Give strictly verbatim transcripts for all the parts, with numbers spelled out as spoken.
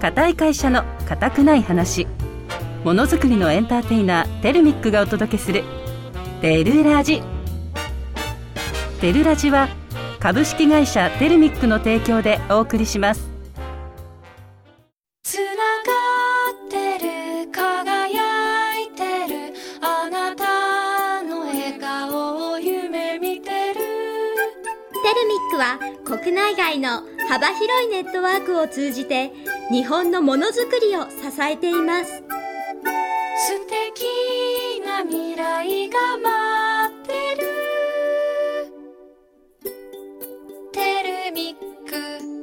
固い会社の固くない話。ものづくりのエンターテイナーテルミックがお届けするテルラジ。テルラジは株式会社テルミックの提供でお送りします。 つながってる、輝いてる、あなたの笑顔を夢見てる。 テルミックは国内外の幅広いネットワークを通じて日本のものづくりを支えています。 素敵な未来が待ってる。テルミック。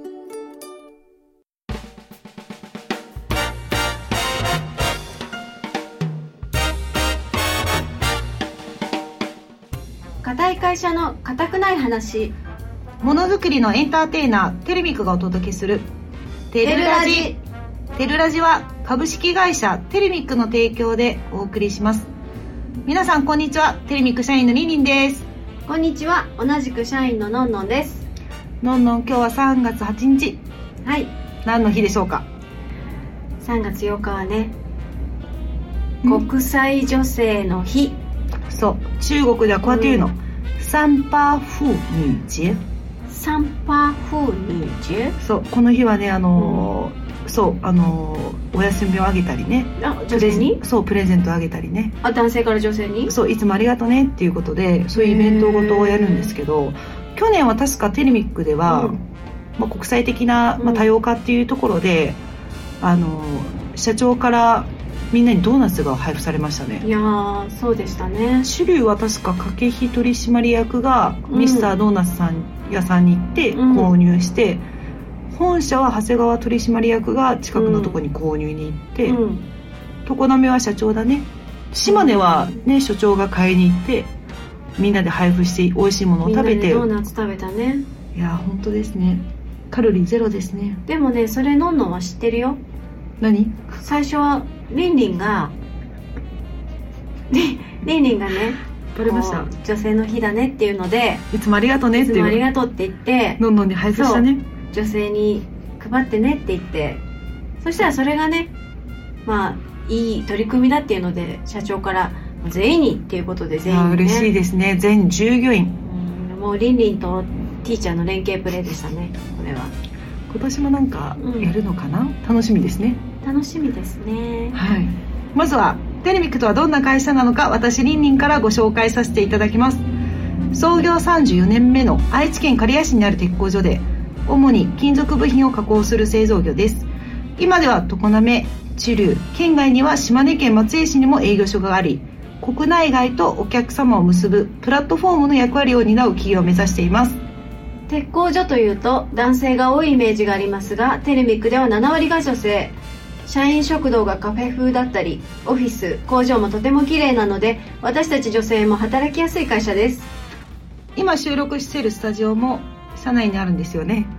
固い会社の固くない話。 ものづくりのエンターテイナーテルミックがお届けするテルラジ。テルラジは株式会社テルミックの提供でお送りします。皆さんこんにちは。テルミック社員のリンリンです。 こんにちは。同じく社員ののんのんです。 のんのん、今日はさんがつはちにち。 はい。 何の日でしょうか？ さんがつようかはね、国際女性の日。 そう、中国ではこうやって言うの、うん、三八婦女節。 三八婦女節。 そう、この日はね、あのーうん、そう、あのー、お休みをあげたりね。 あ、女性に？ そう、プレゼントをあげたりね。 あ、男性から女性に？ そう、いつもありがとねっていうことで、そういうイベントごとをやるんですけど、去年は確かテルミックでは、うん、まあ、国際的な、まあ、多様化っていうところで、うん、あのー、社長からみんなにドーナツが配布されましたね。 いやー、そうでしたね。 種類は確か掛飛取締役がミスタードーナツさん屋さんに行って購入して、うん、本社は長谷川取締役が近くのところに購入に行って、うん、常滑は社長だね、島根はね、所長が買いに行ってみんなで配布して美味しいものを食べて、みんなでドーナツ食べたね。 いや本当ですね。カロリーゼロですね。 でもね、それのんのんは知ってるよ。 何？ 最初はリンリンがリンリンがね、 バレました。 女性の日だねっていうので、 いつもありがとうねっていう、いつもありがとうって言ってのんのんに配布したね。 女性に配ってねって言って、そしたらそれがね、まあいい取り組みだっていうので社長から全員にっていうことで全員に、ね、 嬉しいですね。全従業員、 うん、もうリンリンとティーチャーの連携プレーでしたね。これは今年もなんかやるのかな、うん、楽しみですね。 楽しみですね。 はい。まずはテルミックとはどんな会社なのか、私リンリンからご紹介させていただきます。創業さんじゅうよねんめの愛知県刈谷市にある鉄工所で、主に金属部品を加工する製造業です。今では常滑、知立、県外には島根県松江市にも営業所があり、国内外とお客様を結ぶプラットフォームの役割を担う企業を目指しています。 鉄工所というと男性が多いイメージがありますが、テルミックではななわりが女性。社員食堂がカフェ風だったり、オフィス、工場もとても綺麗なので、私たち女性も働きやすい会社です。 今収録しているスタジオも社内にあるんですよね。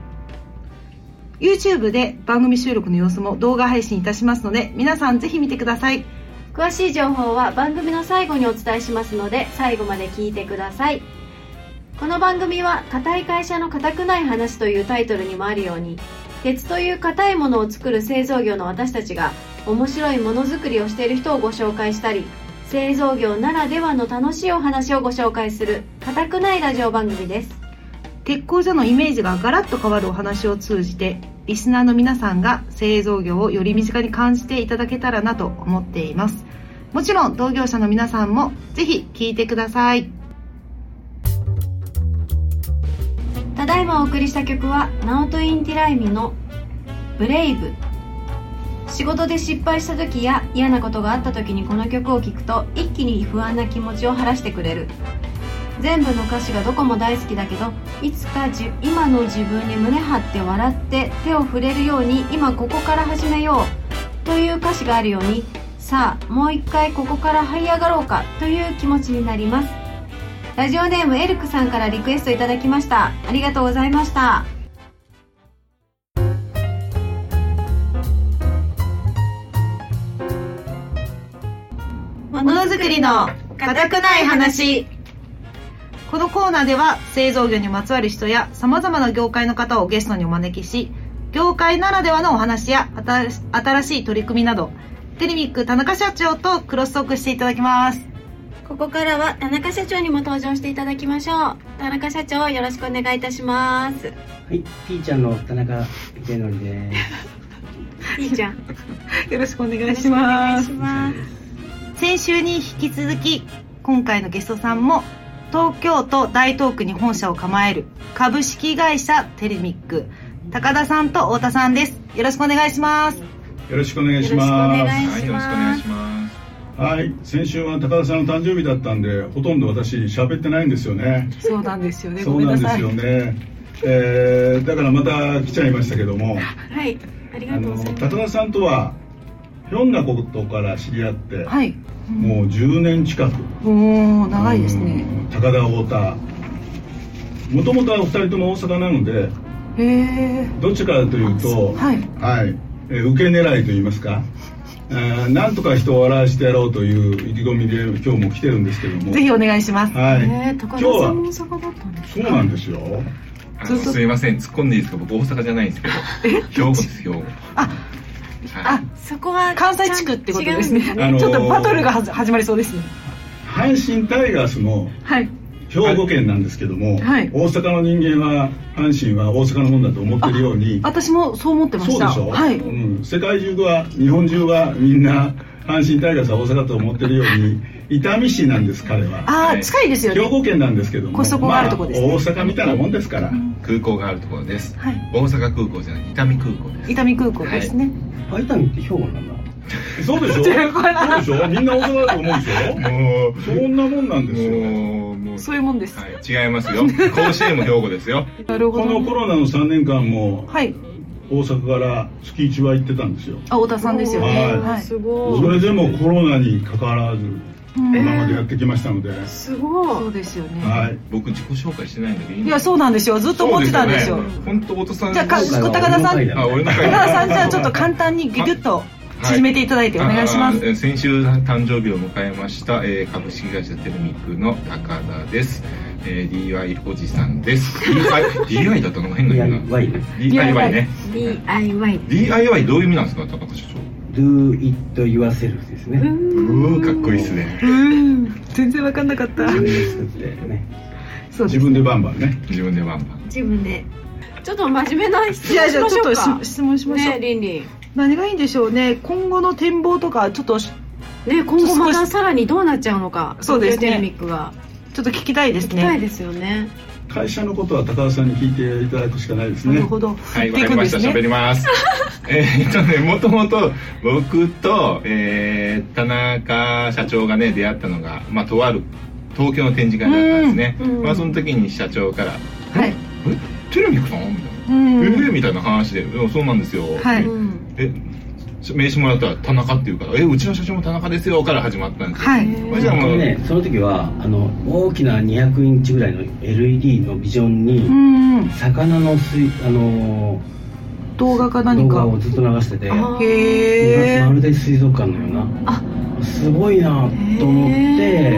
YouTube で番組収録の様子も動画配信いたしますので、皆さんぜひ見てください。 詳しい情報は番組の最後にお伝えしますので、最後まで聞いてください。この番組は固い会社の固くない話というタイトルにもあるように、鉄という固いものを作る製造業の私たちが面白いものづくりをしている人をご紹介したり、製造業ならではの楽しいお話をご紹介する固くないラジオ番組です。 鉄工所のイメージがガラッと変わるお話を通じて、リスナーの皆さんが製造業をより身近に感じていただけたらなと思っています。もちろん同業者の皆さんもぜひ聞いてください。 ただいまお送りした曲はナオト・インティライミのブレイブ。仕事で失敗した時や嫌なことがあった時にこの曲を聴くと一気に不安な気持ちを晴らしてくれる。全部の歌詞がどこも大好きだけど、いつかじ今の自分に胸張って笑って手を触れるように今ここから始めようという歌詞があるように、さあもう一回ここから這い上がろうかという気持ちになります。ラジオネームエルクさんからリクエストいただきました。ありがとうございました。 ものづくりの固くない話。このコーナーでは製造業にまつわる人やさまざまな業界の方をゲストにお招きし、 業界ならではのお話や新しい取り組みなど、テレミック田中社長とクロストークしていただきます。 ここからは田中社長にも登場していただきましょう。田中社長、よろしくお願いいたします。 はい、ピーちゃんの田中秀則です。 ピーちゃん、 よろしくお願いします。 ます先週に引き続き、今回のゲストさんも東京都大東区に本社を構える株式会社テレミック、高田さんと太田さんです。よろしくお願いします。 よろしくお願いします。 よろしくお願いします。 はい、よろしくお願いします。はい、先週は高田さんの誕生日だったんで、ほとんど私喋ってないんですよね。 そうなんですよね。 そうなんですよね。えー、だからまた来ちゃいましたけども。 はい、ありがとうございます。 高田さんとはひょんなことから知り合って、 はい、 うん、もうじゅうねん近く。 おー、長いですね。 高田太田。もともとはお二人とも大阪なので、 へー、 どっちかというと、 はい、 はい、えー、受け狙いと言いますか。なんとか人を笑わせてやろうという意気込みで今日も来てるんですけども、 ぜひお願いします。 はい、 えー、高田さんも大阪だったんですか？ そうなんですよ。 あのすいません、突っ込んでいいですか？僕大阪じゃないんですけど、兵庫です兵庫。 あ、 はい、 あ、 そこは関西地区ってことですね。 あのー、 ちょっとバトルが始まりそうですね。 阪神タイガースも兵庫県なんですけども、はい、大阪の人間は阪神は大阪のもんだと思ってるように、 私もそう思ってました。 そうでしょ、 はい、 うん、世界中は日本中はみんな阪神タイガースは大阪と思ってるように伊丹市なんです彼は。 あ、はい、近いですよね。 兵庫県なんですけども、 コストコがあるとこですね、 まあ、大阪みたいなもんですから、うん、 空港があるところです、はい、大阪空港じゃない、伊丹空港です。 伊丹空港ですね。 はい、伊丹って兵庫なんだ。 そうでしょ。そうでしょ。みんな大阪だと思うでしょ。もうそんなもんなんですよ。 もうもうそういうもんです。 はい、違いますよ。甲子園も兵庫ですよ。 なるほど。 このコロナのさんねんかんも、 はい、 大阪から月いちは行ってたんですよ。 あ、太田さんですよね。 はい、 はい、 すごい。 それでもコロナに関わらず今までやってきましたので、 すごい。 そうですよね。 はい。 僕自己紹介してないんだけどいいんですか？ いや、そうなんですよ。ずっと思ってたんですよ。 本当、太田さん。 じゃあ、高田さん、 あ、 俺の高田さん、じゃあちょっと簡単にギュギュッと縮めていただいてお願いします。 はい、先週誕生日を迎えました、えー、株式会社テレミックの高田です。えー、ディーアイ おじさんです。ディーアイ ディーアイ だったのが変な意味な。ディーアイワイ ね。 ディーアイワイ。 ディーアイワイ どういう意味なんですか、高田社長。 Do it yourself ですね。 うーん、かっこいいですね。 うーん、全然わかんなかった。 自分で作ってね。 そうですね。 自分でバンバンね。 自分でバンバン。 自分で。ちょっと真面目な質問しましょうか。いや、じゃあちょっと質問しましょう。 ね、リンリン。 何がいいんでしょうね。今後の展望とかちょっとね、 今後またさらにどうなっちゃうのか。 そうですね。 テレミックがちょっと聞きたいですね。 聞きたいですよね。 会社のことは高田さんに聞いていただくしかないですね。 なるほど。 はい、わかりました。喋ります。えっとね、もともと僕と、えー、田中社長がね出会ったのが、まあとある東京の展示会だったんですね。まあその時に社長から、 はい、 え、テレミックさんみたいな、えー、みたいな話で、そうなんですよ。はい。え、名刺もらったら田中っていうから、え、うちの社長も田中ですよから始まったんですよ。はい。 じゃあもうね、その時はあの大きなにひゃくインチぐらいの エルイーディー のビジョンに、うん、魚の水あのー、 動画か何か動画をずっと流してて、 へー、 まるで水族館のような、あ、すごいなと思って、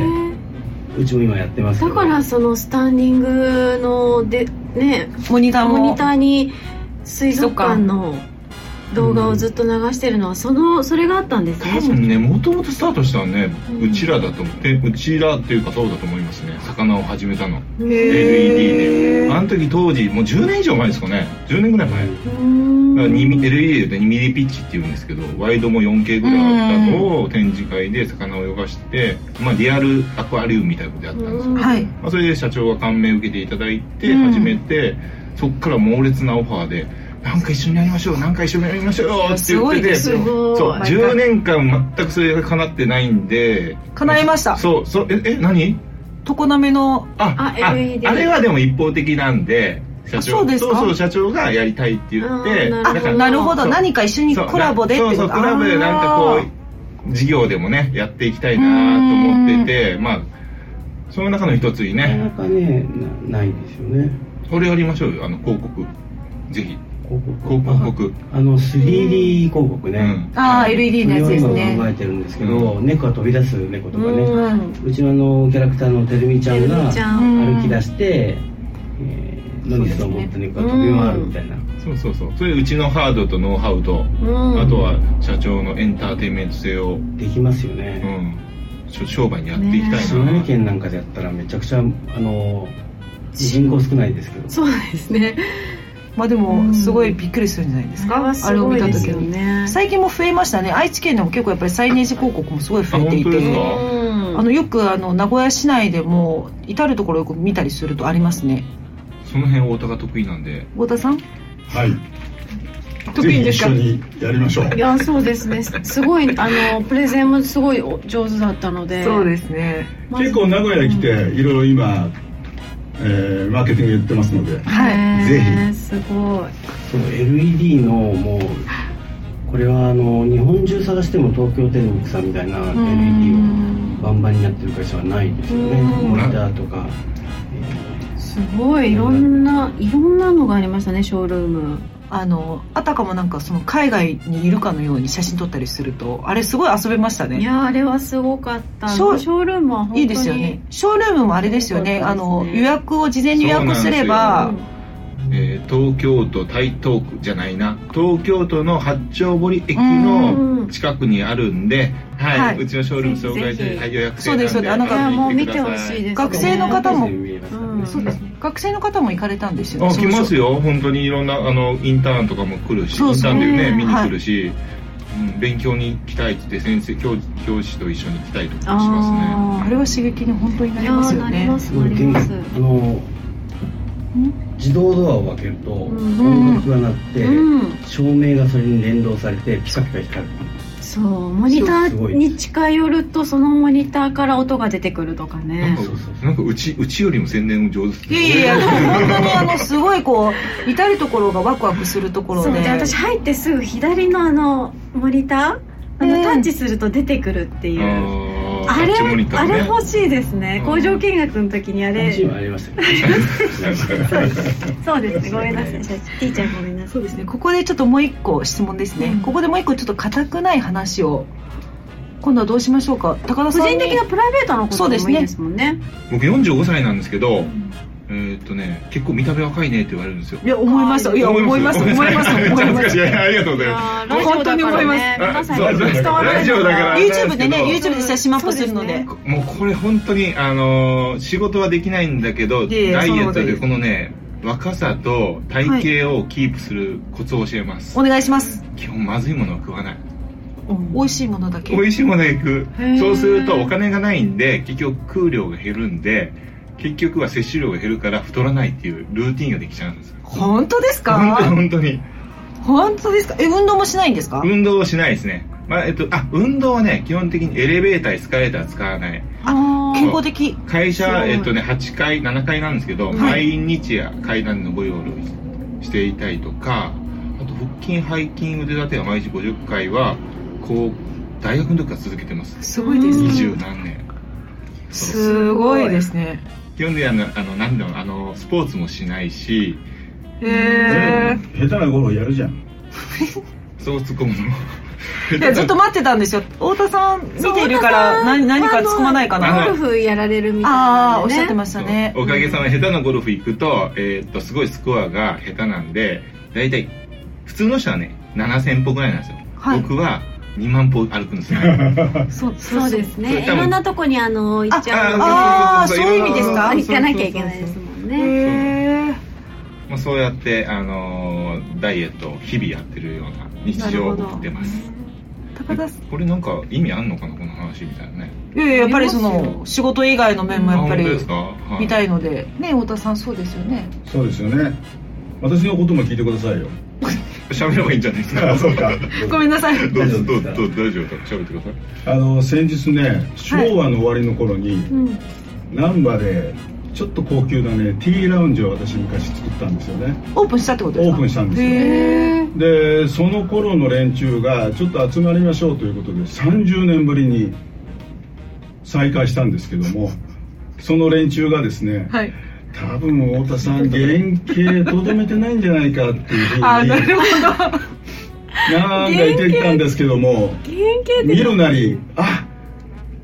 うちも今やってますけど。 だからそのスタンディングのでね、 モニターもモニターに水族館の動画をずっと流してるのは、そのそれがあったんですね。 多分ね、もともとスタートしたのはね、うちらだと思って、うちらっていうかそうだと思いますね。魚を始めたの エルイーディー で、あの時当時もうじゅうねん以上前ですかね。じゅうねんぐらい前。だから エルイーディー でにミリピッチっていうんですけど、ワイドも よんケー ぐらいあったのを展示会で魚を泳がして、まあリアルアクアリウムみたいなことやったんですよ。はい。まあそれで社長が感銘を受けていただいて始めて、そっから猛烈なオファーで。なんか一緒にやりましょう、なんか一緒にやりましょうって言ってて、そうじゅうねんかん全くそれが叶ってないんで。 叶えました。 そうそう、ええ何？ 常滑のああ エルイーディー、あれはでも一方的なんで、社長そうですか。 そうそう、社長がやりたいって言って、 あ、なるほど、何か一緒にコラボでってこと。 そうそう、コラボでなんかこう事業でもねやっていきたいなと思ってて、まあその中の一つにね。 なかなかねないですよね。 これやりましょうよ、あの広告ぜひ。広告、 あの スリーディー 広告ね、 うん、ああ エルイーディー のやつですね。 今考えてるんですけど、うん、猫が飛び出す猫とかね、うん、うちのあのキャラクターのてるみちゃんが歩き出して、えノリスを持ってね飛び回るみたいな、 そうそうそう、それうちのハードとノウハウと、うん、あとは社長のエンターテインメント性をできますよね、 うん、商売にやっていきたいな。 島根県なんかでやったらめちゃくちゃあの人口少ないですけど、 そうですね。 まあでもすごいびっくりするんじゃないですか、うん、あれを見た時に、ね、最近も増えましたね。愛知県でも結構やっぱりサイネージ広告もすごい増えていて、ああのよくあの名古屋市内でも至る所よく見たりするとありますね。 その辺太田が得意なんで。 太田さん、 はい得意ですか。ぜひ一緒にやりましょう。 いやそうですね、すごいあのプレゼンもすごい上手だったので。 そうですね、 結構名古屋に来ていろいろ今えー、マーケティング言ってますので、はい、ぜひ。 すごい。 その エルイーディー のもうこれはあの日本中探しても東京テレビさんみたいな エルイーディー をバンバンにやってる会社はないですよね。モニターとか、 えー、すごいいろんないろんなのがありましたね。ショールーム、 あのあたかもなんかその海外にいるかのように写真撮ったりすると、あれすごい遊べましたね。 いやあれはすごかった。ショー、ショールームは本当にいいですよね。ショールームもあれですよね、あの予約を事前に予約すれば、 えー、東京都台東区じゃないな、東京都の八丁堀駅の近くにあるんで、はい、はい、うちのショールーム紹介して、はい、予約制なんで、 そうです、なんかもう見てほしいですね。 学生の方も、うん、そうですね、学生の方も行かれたんですよね。 あ、来ますよ、本当にいろんなあのインターンとかも来るし、そうそう、インターンでね見に来るし、はい、うん、勉強に来たいって先生 教, 教師と一緒に来たいとかしますね。 あ, あれは刺激に本当になりますよね。 なりますなります。 あの自動ドアを開けると音楽が鳴って、うん、照明がそれに連動されてピカピカ光る。 そう、モニターに近寄るとそのモニターから音が出てくるとかね。 なんかうちうちよりも宣伝上手ですね。 いやいや本当にあのすごいこう至る所がワクワクするところで。 そうで、私入ってすぐ左のあのモニター、あのタッチすると出てくるっていう。あれ、ね、あれ欲しいですね。工場見学の時にあれ。 欲しいもありましたね。 そうですね。ごめんなさい。ティーちゃんごめんなさい。 そうですね。ここでちょっともう一個質問ですね。うん、ここでもう一個ちょっと固くない話を今度はどうしましょうか。高田さんに。 個人的なプライベートのことでもいいですもんね。 僕よんじゅうごさいなんですけど。うんえーっとね、結構見た目若いねって言われるんですよ。 いや思います。いや思います。思います。思います。 いやありがとうございます。 本当に思います。 ラジオだから。 YouTube でね、YouTube で写真アップするので。 もうこれ本当にあの仕事はできないんだけど、ダイエットでこのね若さと体型をキープするコツを教えます。 お願いします。 基本まずいものは食わない。 美味しいものだけ。 美味しいもので行く。そうするとお金がないんで結局食う量が減るんで。結局は摂取量が減るから太らないっていうルーティンができちゃうんですよ。 本当ですか？ 本当に本当ですか？え、運動もしないんですか？ 運動をしないですね。まあえっとあ運動はね基本的にエレベーターエスカレーター使わない。 あ、健康的。 会社えっとねはちかいななかいなんですけど、はい、毎日や階段の上り下りしていたりとか、あと腹筋背筋腕立ては毎日ごじゅっかいはこう大学の時から続けてます。 すごいですね。 二十何年。 すごいですね。 基本的にあのあの何でもあのスポーツもしないし、 へえ。下手なゴルフやるじゃん。 そう突っ込むの。 いやずっと待ってたんですよ。太田さん見ているから何何か突っ込まないかな。 ゴルフやられるみたいな、ね。 ああおっしゃってましたね。 おかげさまで下手なゴルフ行くとえー、っとすごいスコアが下手なんで、だいたい普通の人はねななせんぽぐらいなんですよ。はい、僕はにまんぽ歩くんですよ。 そうそうですね。いろんなとこにあの行っちゃうので、 ああそういう意味ですか？ 行かなきゃいけないですもんね。 へえ。 まあそうやってあのダイエットを日々やってるような日常を送ってます。高田これなんか意味あんのかなこの話みたいなね。 いやいややっぱりその仕事以外の面もやっぱり見たいのでね、太田さんそうですよね。 そうですよね。私のことも聞いてくださいよ。 喋ればいいんじゃないですか。 そうか。 ごめんなさい。 どうぞどうぞどうぞ大丈夫だ喋ってください。 あの先日ね昭和の終わりの頃に、はい、難波でちょっと高級なねティーラウンジを私昔作ったんですよね。 オープンしたってことですか？ オープンしたんですよ。へでその頃の連中がちょっと集まりましょうということでさんじゅうねんぶりに再開したんですけども、その連中がですね、はい、多分太田さん原型とどめてないんじゃないかっていうふうにあなるほどなんか言ってきたんですけども、見るなりあ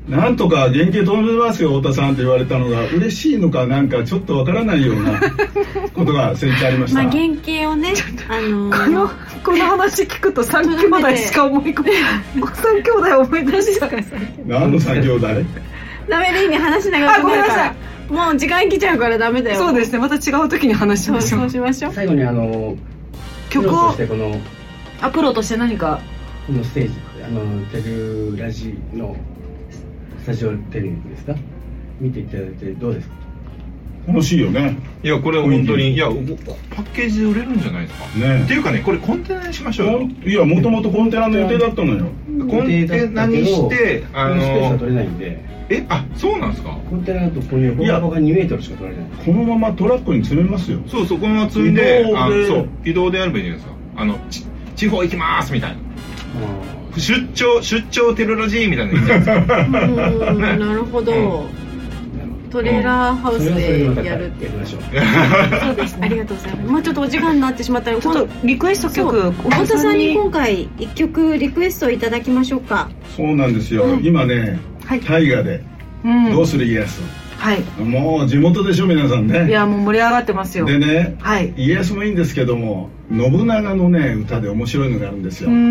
なんとか原型飛んでますよ太田さんって言われたのが嬉しいのかなんかちょっとわからないようなことが先日ありました。 まあ原型をね、あのー、 このこの話聞くと三兄弟しか思い込めない三兄弟思い出した。 何の三兄弟？ ダメでいいね、話長くなるからもう時間来ちゃうからダメだよ。 そうですね、また違う時に話しましょう。 そうしましょう。 最後にあの曲をプロとしてこのあプロとして何かこのステージあのテルラジのスタジオテレビですか、見ていただいてどうですか？ 楽しいよね。 いやこれ本当にいやパッケージで売れるんじゃないですかね。 っていうかね、これコンテナにしましょうよ。 いやもともとコンテナの予定だったのよ。 コンテナにしてあのスペースが取れないんで。 えあそうなんですか。 コンテナだとこういう横幅がにメートルしか取れない。 このままトラックに積めますよ。 そうそうこのまま積んで移動であそう移動でやればいいじゃないですか。あのち地方行きますみたいな。出張出張テロロジーみたいなのいいじゃないですか。 うんなるほど。うんトレーラーハウスでやるっていう。そうです。ありがとうございます。もうちょっとお時間になってしまったので、ちょっとリクエスト曲、 太田さんに今回一曲リクエストいただきましょうか。 そうなんですよ。うん、今ね、はい、大河で、うん、どうする家康。 はい。 もう地元でしょ皆さんね。 いやもう盛り上がってますよ。 でね、 はい、 家康もいいんですけども、信長のね歌で面白いのがあるんですよ。うん、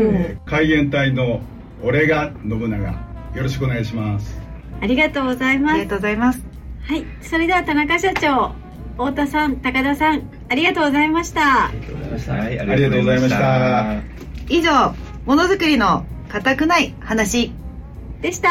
えー、海援隊の俺が信長。よろしくお願いします。 ありがとうございます。 ありがとうございます。 はい、それでは田中社長、太田さん、高田さん、ありがとうございました。 ありがとうございました。 はい、ありがとうございました。 以上、ものづくりの固くない話でした。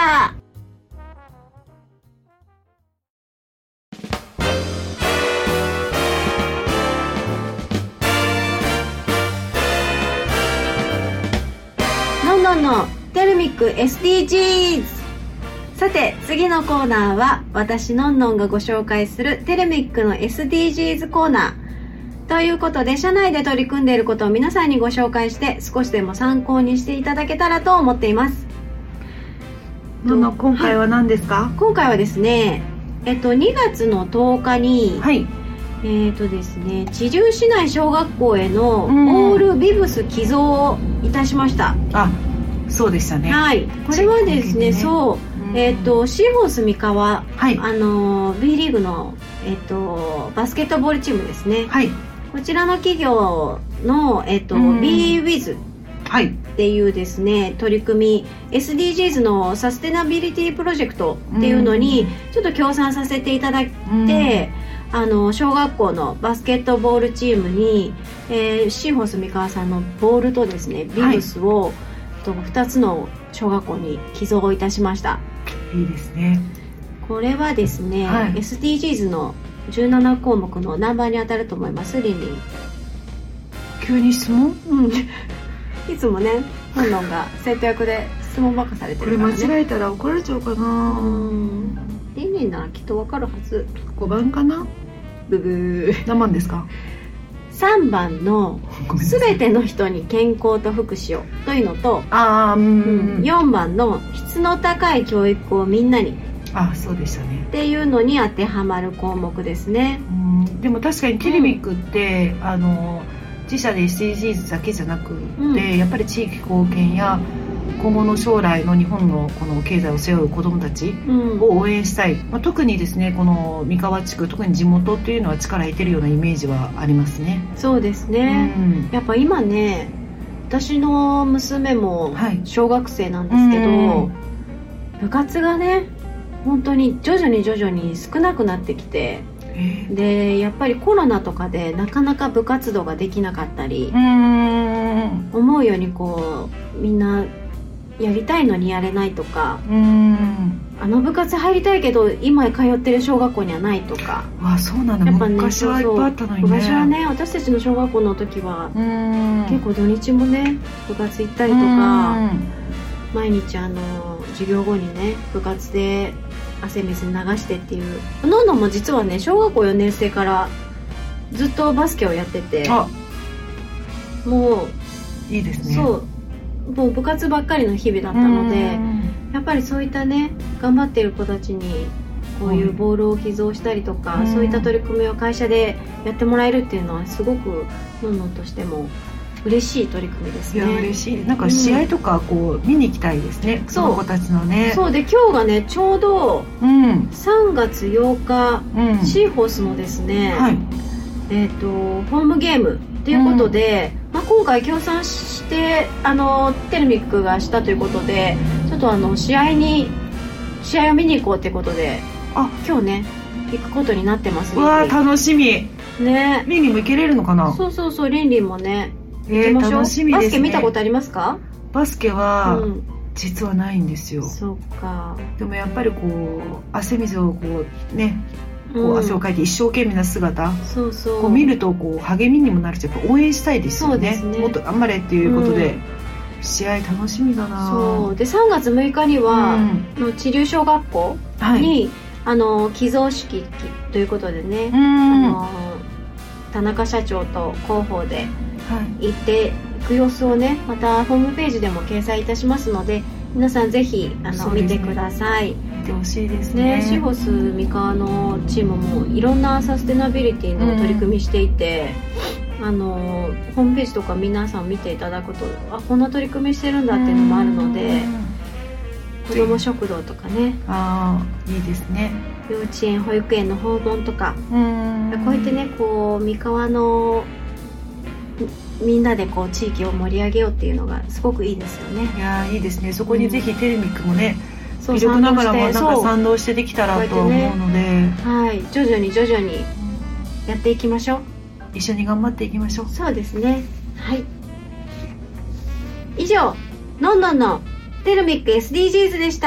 のんのんのテルミック エスディージーズ。さて次のコーナーは私のんのんがご紹介するテルミックの エスディージーズ コーナーということで、社内で取り組んでいることを皆さんにご紹介して少しでも参考にしていただけたらと思っています。 のの今回は何ですか？ はい、今回はですね、えっと、にがつのとおかに、 はい、 えっとですね、知重市内小学校へのオールビブス寄贈をいたしました。 あ、そうでしたね。 はい、これはですね、そうえー、とシーホース三河、はい、あの B リーグの、えー、とバスケットボールチームですね、はい、こちらの企業の、えー、と ビーウィズ っていうですね取り組み エスディージーズ のサステナビリティプロジェクトっていうのにちょっと協賛させていただいて、あの小学校のバスケットボールチームに、えー、シーホース三河さんのボールとですねビブスを、はい、とふたつの小学校に寄贈いたしました。 いいですね。 これはですね、はい、エスディージーズ のじゅうななこうもくの何番に当たると思います？リンリン。 急に質問？ うん。いつもね、のんのんが生徒役で質問ばっかされてるからね。 これ間違えたら怒られちゃうかな。うん。 リンリンならきっとわかるはず。 ごばんかな？ ブブー。 何番ですか？ さんばんのすべての人に健康と福祉をというのと、 あー、うん、 よんばんの質の高い教育をみんなに、 あ、そうでしたねっていうのに当てはまる項目ですね。 うん、でも確かにテレビックって、うん、あの自社で エスディージーズ だけじゃなくて、うん、やっぱり地域貢献や今後の将来の日本のこの経済を背負う子どもたちを応援したい、うん、まあ、特にですねこの三河地区、特に地元っていうのは力入れてるようなイメージはありますね。 そうですね、うん、やっぱ今ね、私の娘も小学生なんですけど、はい、部活がね本当に徐々に徐々に少なくなってきて、でやっぱりコロナとかでなかなか部活動ができなかったり、うーん、思うようにこうみんなやりたいのにやれないとか、うーん、あの部活入りたいけど今通ってる小学校にはないとか。 わあ、そうなんだ。やっぱ、ね、昔はいっぱいあったのにね。 昔はね、私たちの小学校の時は結構土日もね部活行ったりとか、毎日あの授業後にね部活で汗水流してっていう。のんのんも実はね小学校よねん生からずっとバスケをやってて、あ、 もういいですね。 そう、もう部活ばっかりの日々だったので、やっぱりそういったね頑張っている子たちにこういうボールを寄贈したりとか、うん、そういった取り組みを会社でやってもらえるっていうのはすごくのんのんとしても嬉しい取り組みですね。 いや嬉しい。なんか試合とかこう見に行きたいですね、うん、その子たちのね。 そうで今日がねちょうどさんがつようか、うん、シーホースのですね、はい、えーとホームゲームということで、うんまあ、今回協賛してあのテルミックがしたということでちょっとあの試合に試合を見に行こうということであ今日ね行くことになってます。 うわー楽しみね。 リンリンも行けれるのかな。 そうそうそうリンリンもねえー、楽しみですね。 バスケ見たことありますか？ バスケは、うん、実はないんですよ。 そうか。 でもやっぱりこう汗水をこうねこう汗をかいて一生懸命な姿、うん、そうそうこう見るとこう励みにもなるしやっぱ応援したいですよ ね, そうですねもっと頑張れっていうことで、うん、試合楽しみだな。 そうでさんがつむいかには、うん、の知立小学校に、はい、あの寄贈式ということでね、うん、あの田中社長と広報で行っていく様子をねまたホームページでも掲載いたしますので皆さんぜひあの、ね、見てください。 見てほしいですね。 シーホス三河のチームもいろんなサステナビリティの取り組みしていて、うん、あのホームページとか皆さん見ていただくとあこんな取り組みしてるんだっていうのもあるので、子ども食堂とかねあいいですね。 幼稚園保育園の訪問とかうんこうやってねこう三河のみんなでこう地域を盛り上げようっていうのがすごくいいですよね。 いやいいですね。そこにぜひテレミックもね、うん、微力ながらもなんか賛同してできたらと思うので、ね、 はい徐々に徐々にやっていきましょう。 一緒に頑張っていきましょう。 そうですね。はい以上のんのんのテルミック エスディージーズ でした。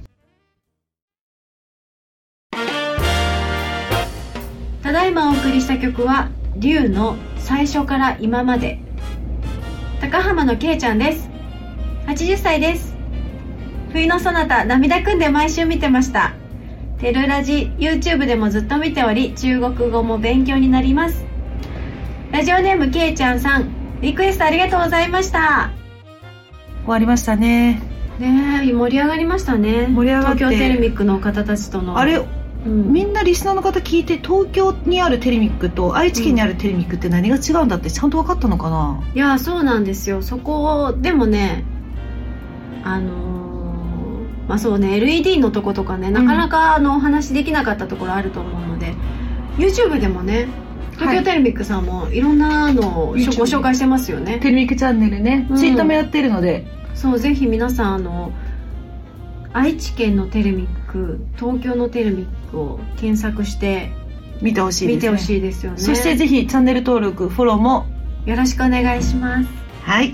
ただいまお送りした曲は龍の最初から今まで。高浜のけいちゃんです。はちじゅっさいです。冬のそなた涙ぐんで毎週見てました。テルラジ YouTube でもずっと見ており中国語も勉強になります。ラジオネームけいちゃんさんリクエストありがとうございました。 終わりましたね。 ねえ盛り上がりましたね。 盛り上がって東京テレミックの方たちとのあれうん、みんなリスナーの方聞いて東京にあるテレミックと愛知県にあるテレミックって何が違うんだってちゃんと分かったのかな。 いやそうなんですよ。そこでもねあのー、まあそうね エルイーディー のとことかねなかなかあのお話できなかったところあると思うので、うん、YouTube でもね東京テレミックさんもいろんなのをご紹介してますよね。 テレミックチャンネルね、うん、ツイッターもやってるのでそうぜひ皆さんあの愛知県のテレミック東京のテレミックを検索して見てほしいですね。 見てほしいですよね。 そしてぜひチャンネル登録フォローもよろしくお願いします。 はい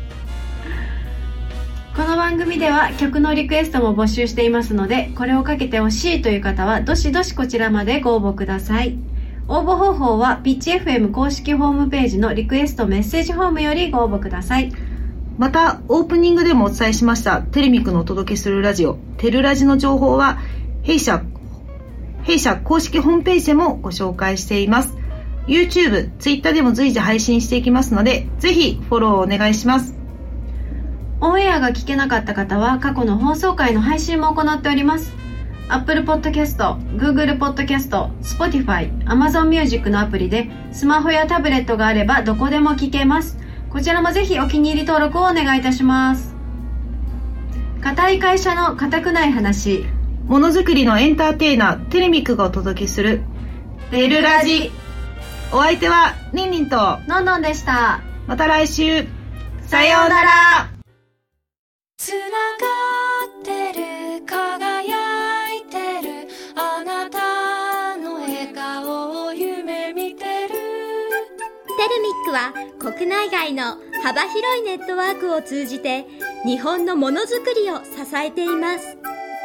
この番組では曲のリクエストも募集していますのでこれをかけてほしいという方はどしどしこちらまでご応募ください。応募方法はピッチ エフエム 公式ホームページのリクエストメッセージフォームよりご応募ください。 またオープニングでもお伝えしましたテレミックのお届けするラジオテルラジの情報は弊社弊社公式ホームページでもご紹介しています。 YouTube、Twitter でも随時配信していきますのでぜひフォローお願いします。 オンエアが聞けなかった方は過去の放送回の配信も行っております。 Apple Podcast、Google Podcast、Spotify、Amazon Music のアプリでスマホやタブレットがあればどこでも聞けます。こちらもぜひお気に入り登録をお願いいたします。固い会社の固くない話、 ものづくりのエンターテイナーテレミックがお届けするテルラジ。 お相手はニンニンとノンノンでした。 また来週さようなら。 つながってる輝いてるあなたの笑顔を夢見てる。 テルミックは国内外の幅広いネットワークを通じて日本のものづくりを支えています。 素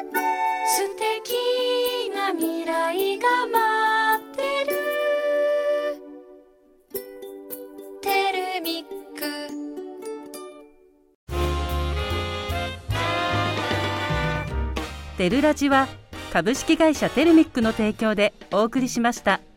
敵な未来が待ってる。テルミック。 テルラジは株式会社テルミックの提供でお送りしました。